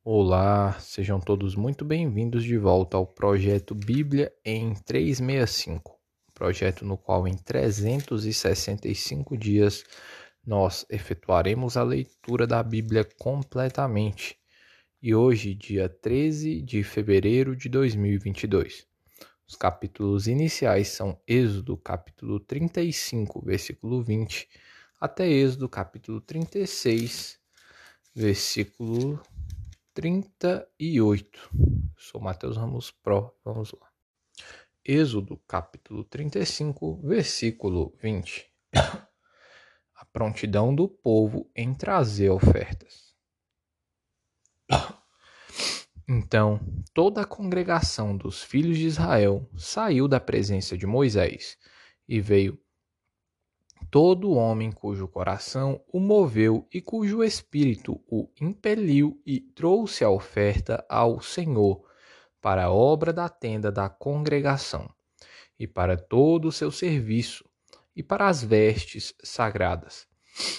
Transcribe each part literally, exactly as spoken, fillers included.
Olá, sejam todos muito bem-vindos de volta ao projeto Bíblia em trezentos e sessenta e cinco, projeto no qual em trezentos e sessenta e cinco dias nós efetuaremos a leitura da Bíblia completamente. E hoje, dia treze de fevereiro de dois mil e vinte e dois. Os capítulos iniciais são Êxodo capítulo trinta e cinco, versículo vinte, até Êxodo capítulo trinta e seis, versículo trinta e oito. Sou Mateus Ramos Pro, vamos lá. Êxodo capítulo trinta e cinco, versículo vinte. A prontidão do povo em trazer ofertas. Então, toda a congregação dos filhos de Israel saiu da presença de Moisés e veio todo homem cujo coração o moveu e cujo espírito o impeliu e trouxe a oferta ao Senhor para a obra da tenda da congregação e para todo o seu serviço e para as vestes sagradas.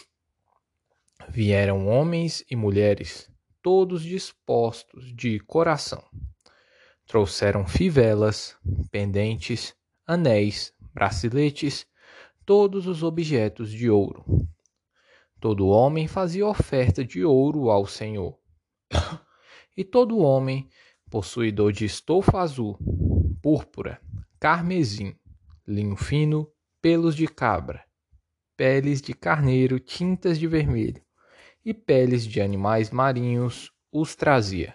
Vieram homens e mulheres, todos dispostos de coração. Trouxeram fivelas, pendentes, anéis, braceletes, todos os objetos de ouro. Todo homem fazia oferta de ouro ao Senhor. E todo homem, possuidor de estofa azul, púrpura, carmesim, linho fino, pelos de cabra, peles de carneiro, tintas de vermelho e peles de animais marinhos, os trazia.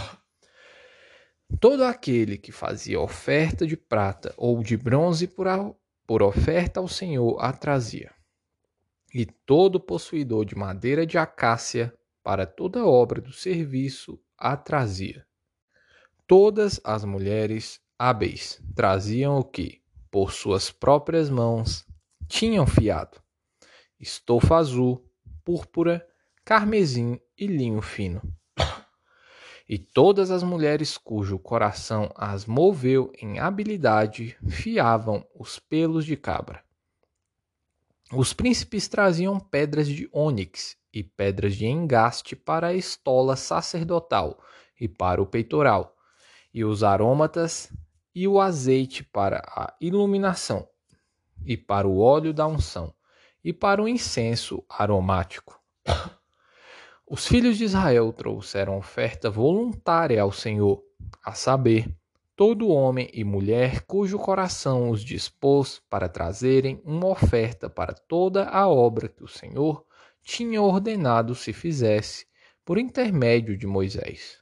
Todo aquele que fazia oferta de prata ou de bronze por, a, por oferta ao Senhor a trazia. E todo possuidor de madeira de acácia para toda obra do serviço a trazia. Todas as mulheres hábeis traziam o que, por suas próprias mãos, tinham fiado: estofa azul, púrpura, carmesim e linho fino. E todas as mulheres cujo coração as moveu em habilidade fiavam os pelos de cabra. Os príncipes traziam pedras de ônix e pedras de engaste para a estola sacerdotal e para o peitoral, e os arômatas e o azeite para a iluminação, e para o óleo da unção, e para o incenso aromático. Os filhos de Israel trouxeram oferta voluntária ao Senhor, a saber, todo homem e mulher cujo coração os dispôs para trazerem uma oferta para toda a obra que o Senhor tinha ordenado se fizesse, por intermédio de Moisés.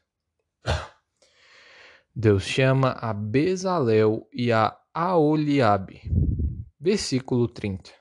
Deus chama a Bezalel e a Aholiabe. Versículo trinta.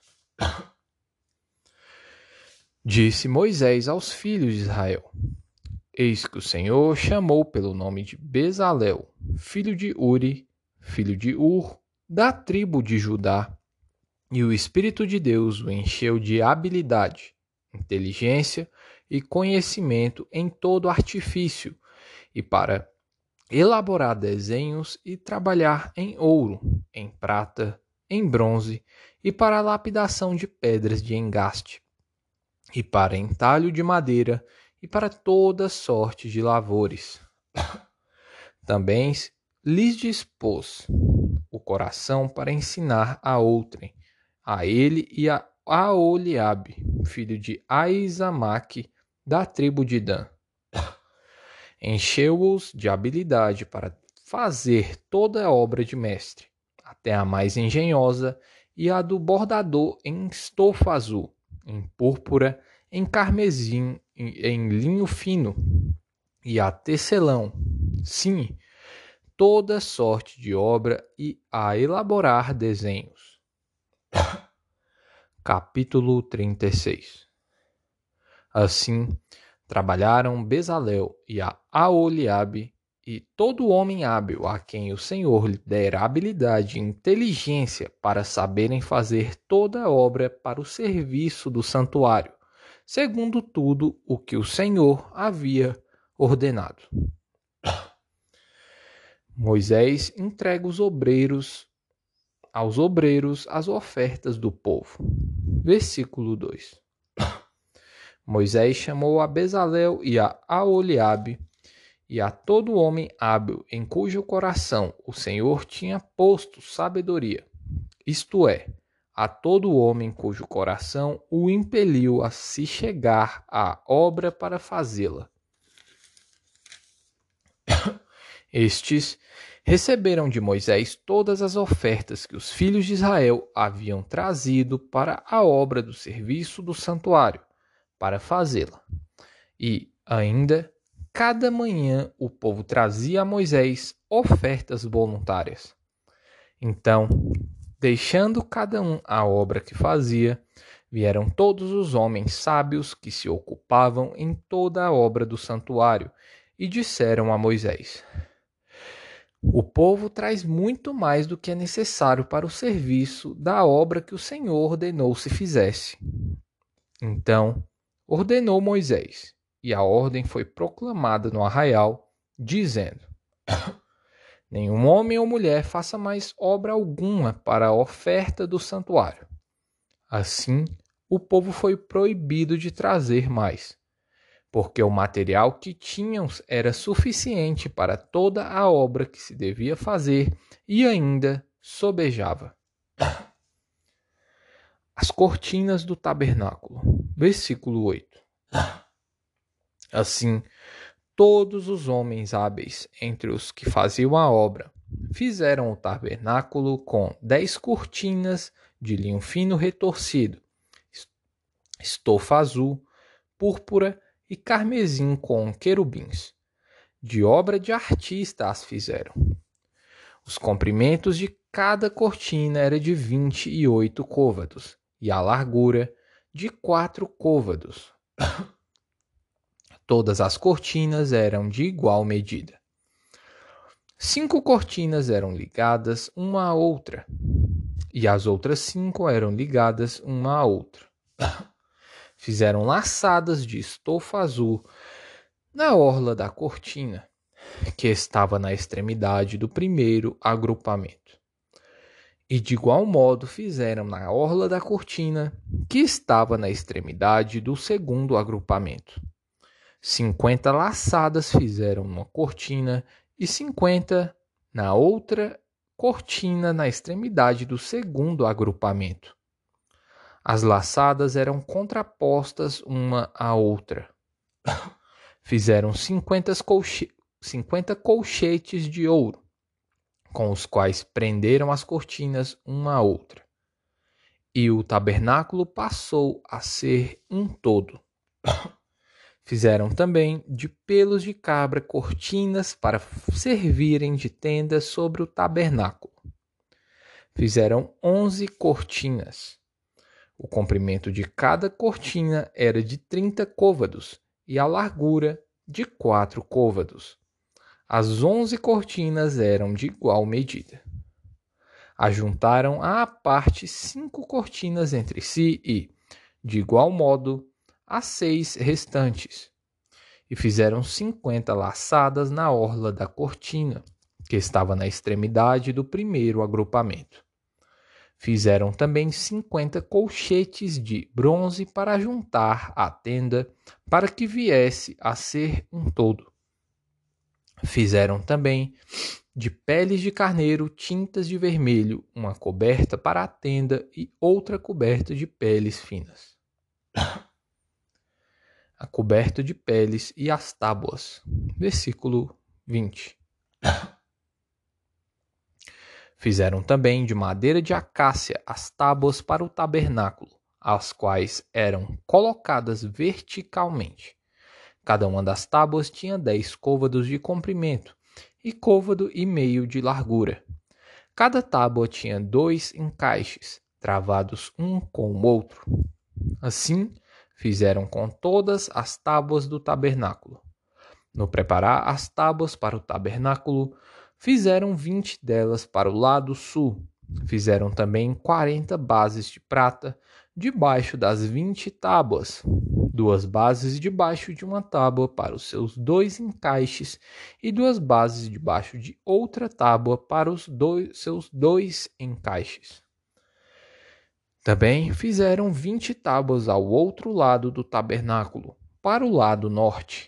Disse Moisés aos filhos de Israel: Eis que o Senhor chamou pelo nome de Bezalel, filho de Uri, filho de Ur, da tribo de Judá, e o Espírito de Deus o encheu de habilidade, inteligência e conhecimento em todo artifício, e para elaborar desenhos e trabalhar em ouro, em prata, em bronze, e para a lapidação de pedras de engaste, e para entalho de madeira, e para toda sorte de lavores. Também lhes dispôs o coração para ensinar a outrem, a ele e a Aholiabe, filho de Aizamaque, da tribo de Dan. Encheu-os de habilidade para fazer toda a obra de mestre, até a mais engenhosa, e a do bordador em estofa azul, em púrpura, em carmesim, em linho fino, e a tecelão, sim, toda sorte de obra e a elaborar desenhos. Capítulo trinta e seis. Assim, trabalharam Bezalel e a Aholiabe e todo homem hábil a quem o Senhor lhe dera habilidade e inteligência para saberem fazer toda a obra para o serviço do santuário, segundo tudo o que o Senhor havia ordenado. Moisés entrega os obreiros aos obreiros as ofertas do povo. Versículo dois. Moisés chamou a Bezalel e a Aholiabe e a todo homem hábil em cujo coração o Senhor tinha posto sabedoria, isto é, a todo homem cujo coração o impeliu a se chegar à obra para fazê-la. Estes receberam de Moisés todas as ofertas que os filhos de Israel haviam trazido para a obra do serviço do santuário, para fazê-la. E, ainda, cada manhã o povo trazia a Moisés ofertas voluntárias. Então, deixando cada um a obra que fazia, vieram todos os homens sábios que se ocupavam em toda a obra do santuário e disseram a Moisés: o povo traz muito mais do que é necessário para o serviço da obra que o Senhor ordenou se fizesse. Então, ordenou Moisés, e a ordem foi proclamada no arraial, dizendo: nenhum homem ou mulher faça mais obra alguma para a oferta do santuário. Assim, o povo foi proibido de trazer mais, porque o material que tinham era suficiente para toda a obra que se devia fazer e ainda sobejava. As cortinas do tabernáculo. Versículo oito. Assim, todos os homens hábeis entre os que faziam a obra fizeram o tabernáculo com dez cortinas de linho fino retorcido, estofa azul, púrpura e carmesim com querubins. De obra de artista as fizeram. Os comprimentos de cada cortina era de vinte e oito côvados, e a largura de quatro côvados. Todas as cortinas eram de igual medida. Cinco cortinas eram ligadas uma à outra, e as outras cinco eram ligadas uma à outra. Fizeram laçadas de estofa azul na orla da cortina, que estava na extremidade do primeiro agrupamento. E de igual modo fizeram na orla da cortina, que estava na extremidade do segundo agrupamento. Cinquenta laçadas fizeram numa cortina e cinquenta na outra cortina na extremidade do segundo agrupamento. As laçadas eram contrapostas uma à outra. Fizeram cinquenta, colche... cinquenta colchetes de ouro, com os quais prenderam as cortinas uma à outra. E o tabernáculo passou a ser um todo. Fizeram também de pelos de cabra cortinas para servirem de tendas sobre o tabernáculo. Fizeram onze cortinas. O comprimento de cada cortina era de trinta côvados e a largura de quatro côvados. As onze cortinas eram de igual medida. Ajuntaram à parte cinco cortinas entre si e, de igual modo, as seis restantes, e fizeram cinquenta laçadas na orla da cortina, que estava na extremidade do primeiro agrupamento. Fizeram também cinquenta colchetes de bronze para juntar a tenda, para que viesse a ser um todo. Fizeram também de peles de carneiro tintas de vermelho, uma coberta para a tenda e outra coberta de peles finas. A coberta de peles e as tábuas. Versículo vinte. Fizeram também de madeira de acácia as tábuas para o tabernáculo, as quais eram colocadas verticalmente. Cada uma das tábuas tinha dez côvados de comprimento e côvado e meio de largura. Cada tábua tinha dois encaixes, travados um com o outro. Assim, fizeram com todas as tábuas do tabernáculo. No preparar as tábuas para o tabernáculo, fizeram vinte delas para o lado sul. Fizeram também quarenta bases de prata debaixo das vinte tábuas, duas bases debaixo de uma tábua para os seus dois encaixes e duas bases debaixo de outra tábua para os dois, seus dois encaixes. Também fizeram vinte tábuas ao outro lado do tabernáculo, para o lado norte,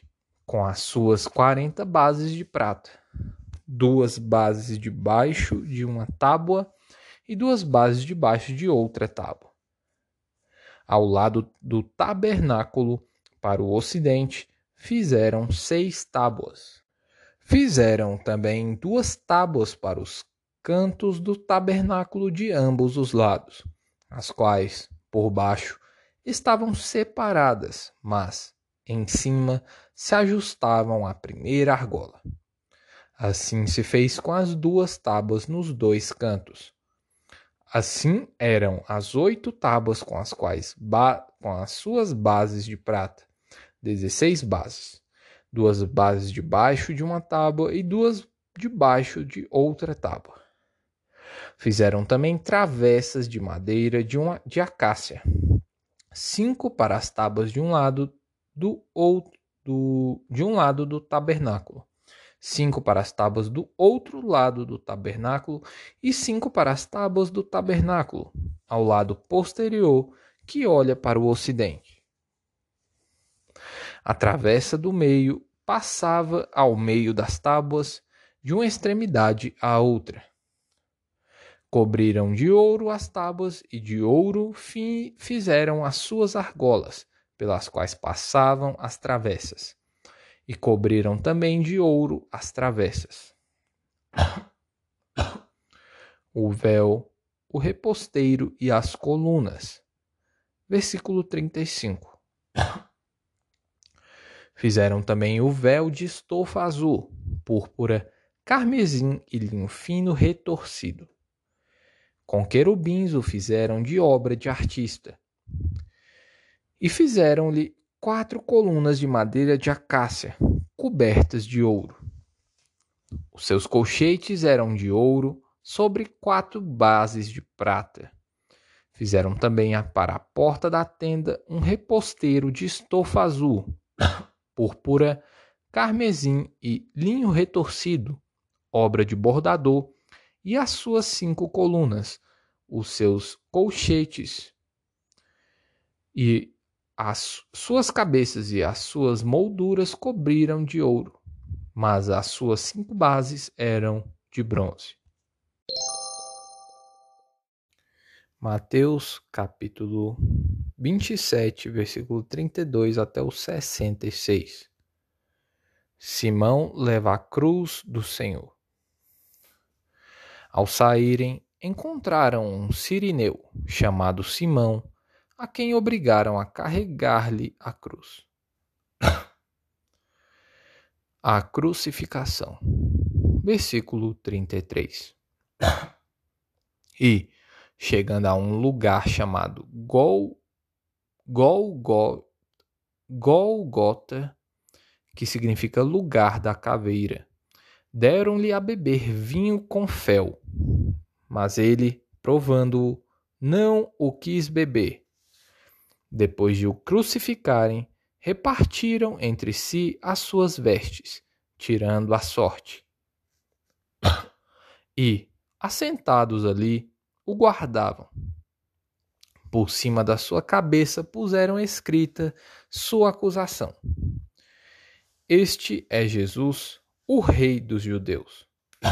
com as suas quarenta bases de prata, duas bases debaixo de uma tábua e duas bases debaixo de outra tábua. Ao lado do tabernáculo, para o ocidente, fizeram seis tábuas. Fizeram também duas tábuas para os cantos do tabernáculo de ambos os lados, as quais, por baixo, estavam separadas, mas, em cima, se ajustavam à primeira argola. Assim se fez com as duas tábuas nos dois cantos. Assim eram as oito tábuas com as quais com as suas bases de prata, dezesseis bases, duas bases debaixo de uma tábua e duas debaixo de outra tábua. Fizeram também travessas de madeira de, uma, de acácia, cinco para as tábuas de um lado do outro do, de um lado do tabernáculo, cinco para as tábuas do outro lado do tabernáculo e cinco para as tábuas do tabernáculo, ao lado posterior que olha para o ocidente. A travessa do meio passava ao meio das tábuas, de uma extremidade à outra. Cobriram de ouro as tábuas e de ouro fi- fizeram as suas argolas, pelas quais passavam as travessas. E cobriram também de ouro as travessas. O véu, o reposteiro e as colunas. Versículo trinta e cinco. Fizeram também o véu de estofa azul, púrpura, carmesim e linho fino retorcido. Com querubins o fizeram de obra de artista. E fizeram-lhe quatro colunas de madeira de acácia, cobertas de ouro. Os seus colchetes eram de ouro, sobre quatro bases de prata. Fizeram também para a porta da tenda um reposteiro de estofa azul, púrpura, carmesim e linho retorcido, obra de bordador, e as suas cinco colunas, os seus colchetes, e as suas cabeças e as suas molduras cobriram de ouro, mas as suas cinco bases eram de bronze. Mateus capítulo vinte e sete, versículo trinta e dois até o sessenta e seis. Simão leva a cruz do Senhor. Ao saírem, encontraram um sirineu, chamado Simão, a quem obrigaram a carregar-lhe a cruz. A crucificação. Versículo trinta e três. E, chegando a um lugar chamado Gol, Golgo, Golgota, que significa lugar da caveira, deram-lhe a beber vinho com fel, mas ele, provando-o, não o quis beber. Depois de o crucificarem, repartiram entre si as suas vestes, tirando a sorte. E, assentados ali, o guardavam. Por cima da sua cabeça puseram escrita sua acusação: Este é Jesus, o Rei dos Judeus.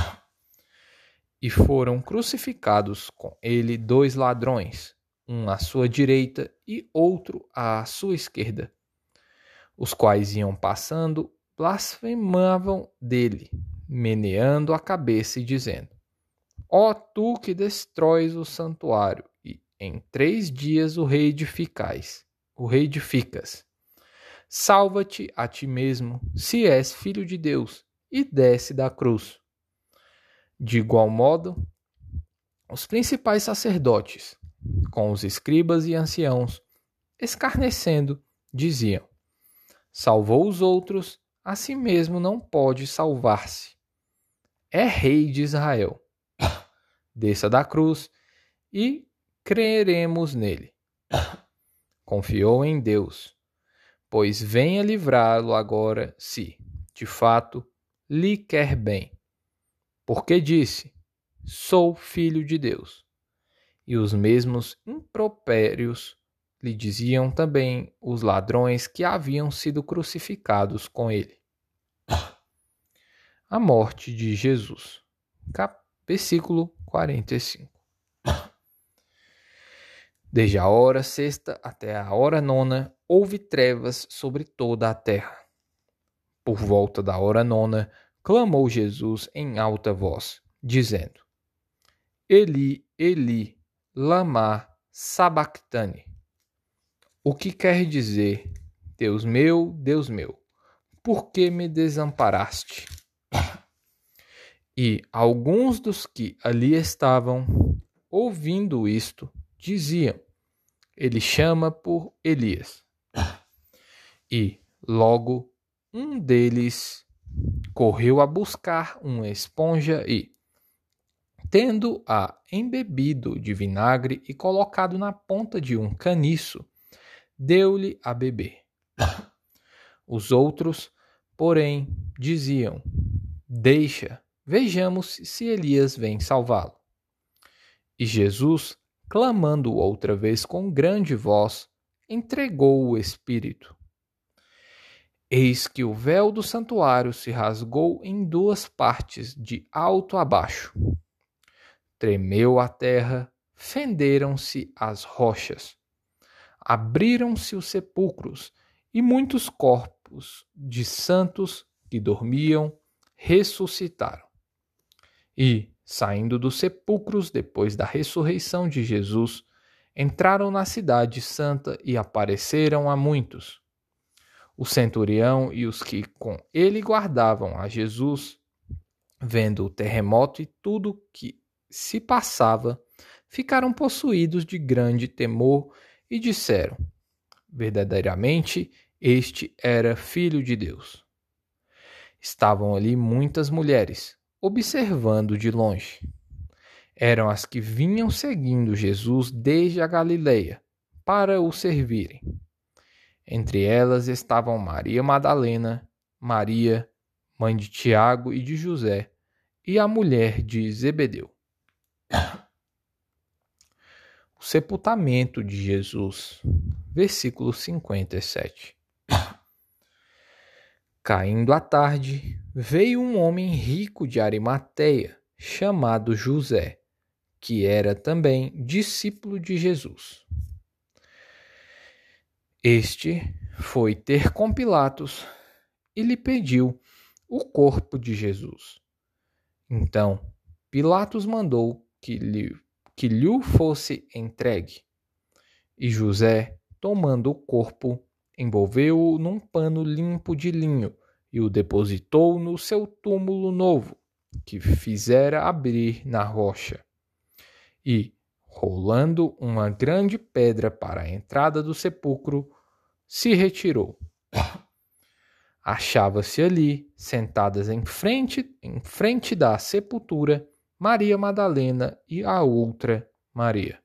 E foram crucificados com ele dois ladrões, um à sua direita e outro à sua esquerda, os quais iam passando, blasfemavam dele, meneando a cabeça e dizendo: Ó tu que destróis o santuário, e em três dias o reedificais, o reedificas. Salva-te a ti mesmo, se és filho de Deus, e desce da cruz. De igual modo, os principais sacerdotes, com os escribas e anciãos, escarnecendo, diziam: Salvou os outros, a si mesmo não pode salvar-se. É rei de Israel. Desça da cruz e creremos nele. Confiou em Deus, pois venha livrá-lo agora, se, de fato, lhe quer bem. Porque disse: Sou filho de Deus. E os mesmos impropérios lhe diziam também os ladrões que haviam sido crucificados com ele. A morte de Jesus. Cap- Versículo quarenta e cinco. Desde a hora sexta até a hora nona, houve trevas sobre toda a terra. Por volta da hora nona, clamou Jesus em alta voz, dizendo: Eli, Eli, lama sabachthani. O que quer dizer: Deus meu, Deus meu, por que me desamparaste? E alguns dos que ali estavam, ouvindo isto, diziam: Ele chama por Elias. E logo um deles correu a buscar uma esponja e, tendo-a embebido de vinagre e colocado na ponta de um caniço, deu-lhe a beber. Os outros, porém, diziam: Deixa, vejamos se Elias vem salvá-lo. E Jesus, clamando outra vez com grande voz, entregou o Espírito. Eis que o véu do santuário se rasgou em duas partes, de alto a baixo. Tremeu a terra, fenderam-se as rochas. Abriram-se os sepulcros, e muitos corpos de santos que dormiam ressuscitaram. E, saindo dos sepulcros depois da ressurreição de Jesus, entraram na cidade santa e apareceram a muitos. O centurião e os que com ele guardavam a Jesus, vendo o terremoto e tudo que se passava, ficaram possuídos de grande temor e disseram: Verdadeiramente, este era Filho de Deus. Estavam ali muitas mulheres, observando de longe. Eram as que vinham seguindo Jesus desde a Galileia, para o servirem. Entre elas estavam Maria Madalena, Maria, mãe de Tiago e de José, e a mulher de Zebedeu. O sepultamento de Jesus. Versículo cinquenta e sete. Caindo a tarde, veio um homem rico de Arimateia, chamado José, que era também discípulo de Jesus. Este foi ter com Pilatos e lhe pediu o corpo de Jesus. Então, Pilatos mandou que lhe, que lhe fosse entregue. E José, tomando o corpo, envolveu-o num pano limpo de linho e o depositou no seu túmulo novo, que fizera abrir na rocha. E, rolando uma grande pedra para a entrada do sepulcro, se retirou. Achava-se ali, sentadas em frente, em frente da sepultura, Maria Madalena e a outra Maria.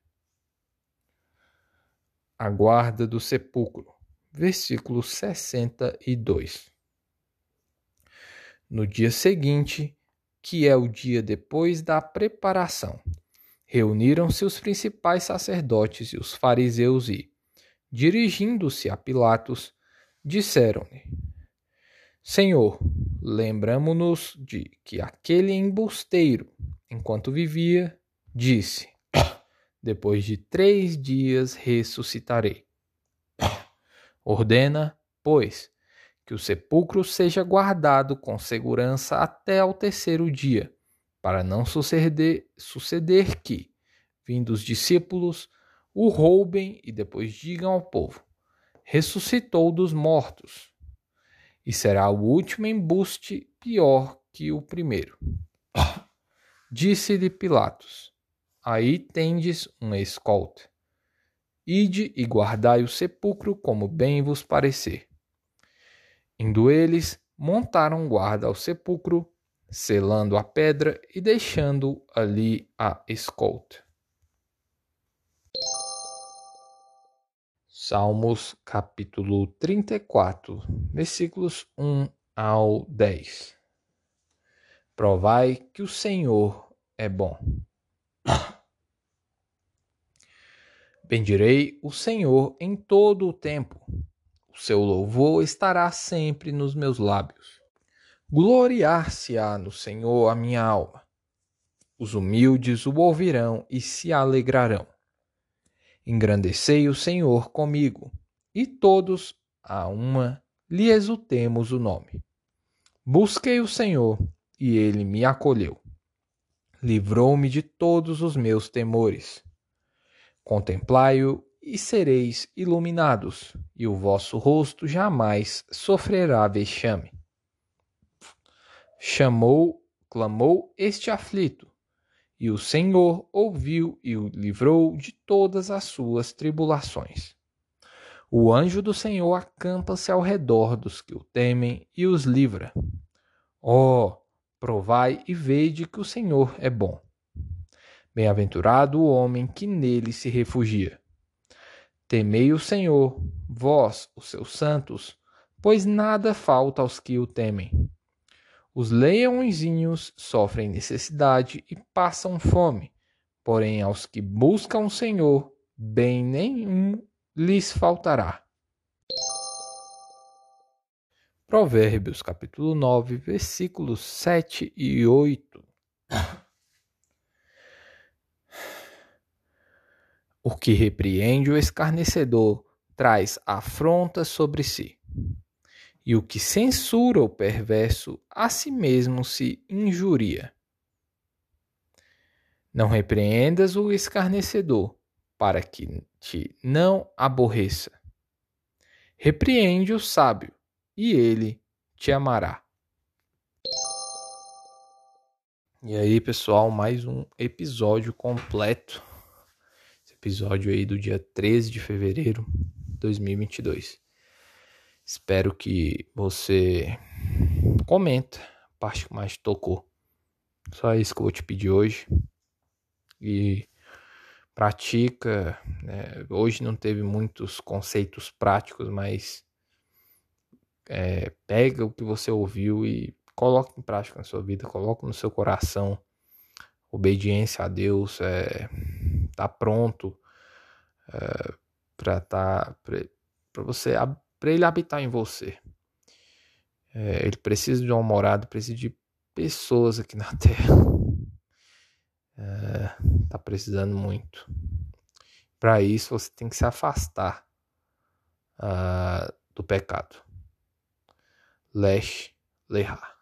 A guarda do sepulcro. Versículo sessenta e dois. No dia seguinte, que é o dia depois da preparação, reuniram-se os principais sacerdotes e os fariseus e, dirigindo-se a Pilatos, disseram-lhe: Senhor, lembramo-nos de que aquele embusteiro, enquanto vivia, disse: Depois de três dias ressuscitarei. Ordena, pois, que o sepulcro seja guardado com segurança até ao terceiro dia, para não suceder, suceder que, vindo os discípulos, o roubem e depois digam ao povo: ressuscitou dos mortos. E será o último embuste pior que o primeiro. Disse-lhe Pilatos: Aí tendes uma escolta. Ide e guardai o sepulcro como bem vos parecer. Indo eles, montaram guarda ao sepulcro, selando a pedra e deixando ali a escolta. Salmos capítulo trinta e quatro, versículos um ao dez. Provai que o Senhor é bom. Bendirei o Senhor em todo o tempo. O seu louvor estará sempre nos meus lábios. Gloriar-se-á no Senhor a minha alma. Os humildes o ouvirão e se alegrarão. Engrandecei o Senhor comigo, e todos a uma lhe exultemos o nome. Busquei o Senhor, e ele me acolheu. Livrou-me de todos os meus temores. Contemplai-o e sereis iluminados, e o vosso rosto jamais sofrerá vexame. Chamou, clamou este aflito, e o Senhor ouviu e o livrou de todas as suas tribulações. O anjo do Senhor acampa-se ao redor dos que o temem e os livra. Ó, oh, provai e vede que o Senhor é bom. Bem-aventurado o homem que nele se refugia. Temei o Senhor, vós, os seus santos, pois nada falta aos que o temem. Os leõezinhos sofrem necessidade e passam fome, porém aos que buscam o Senhor, bem nenhum lhes faltará. Provérbios capítulo nove, versículos sete e oito. O que repreende o escarnecedor traz afronta sobre si, e o que censura o perverso a si mesmo se injuria. Não repreendas o escarnecedor, para que te não aborreça. Repreende o sábio, e ele te amará. E aí, pessoal, mais um episódio completo. Esse episódio aí do dia treze de fevereiro de dois mil e vinte e dois. Espero que você comenta a parte que mais tocou. Só isso que eu vou te pedir hoje. E pratica, né? Hoje não teve muitos conceitos práticos, mas é, pega o que você ouviu e coloca em prática na sua vida, coloca no seu coração. Obediência a Deus, é, tá pronto é, para tá, para você, para ele habitar em você. É, ele precisa de uma morada, precisa de pessoas aqui na Terra. É, tá precisando muito. Para isso você tem que se afastar uh, do pecado. Lesh Lehar.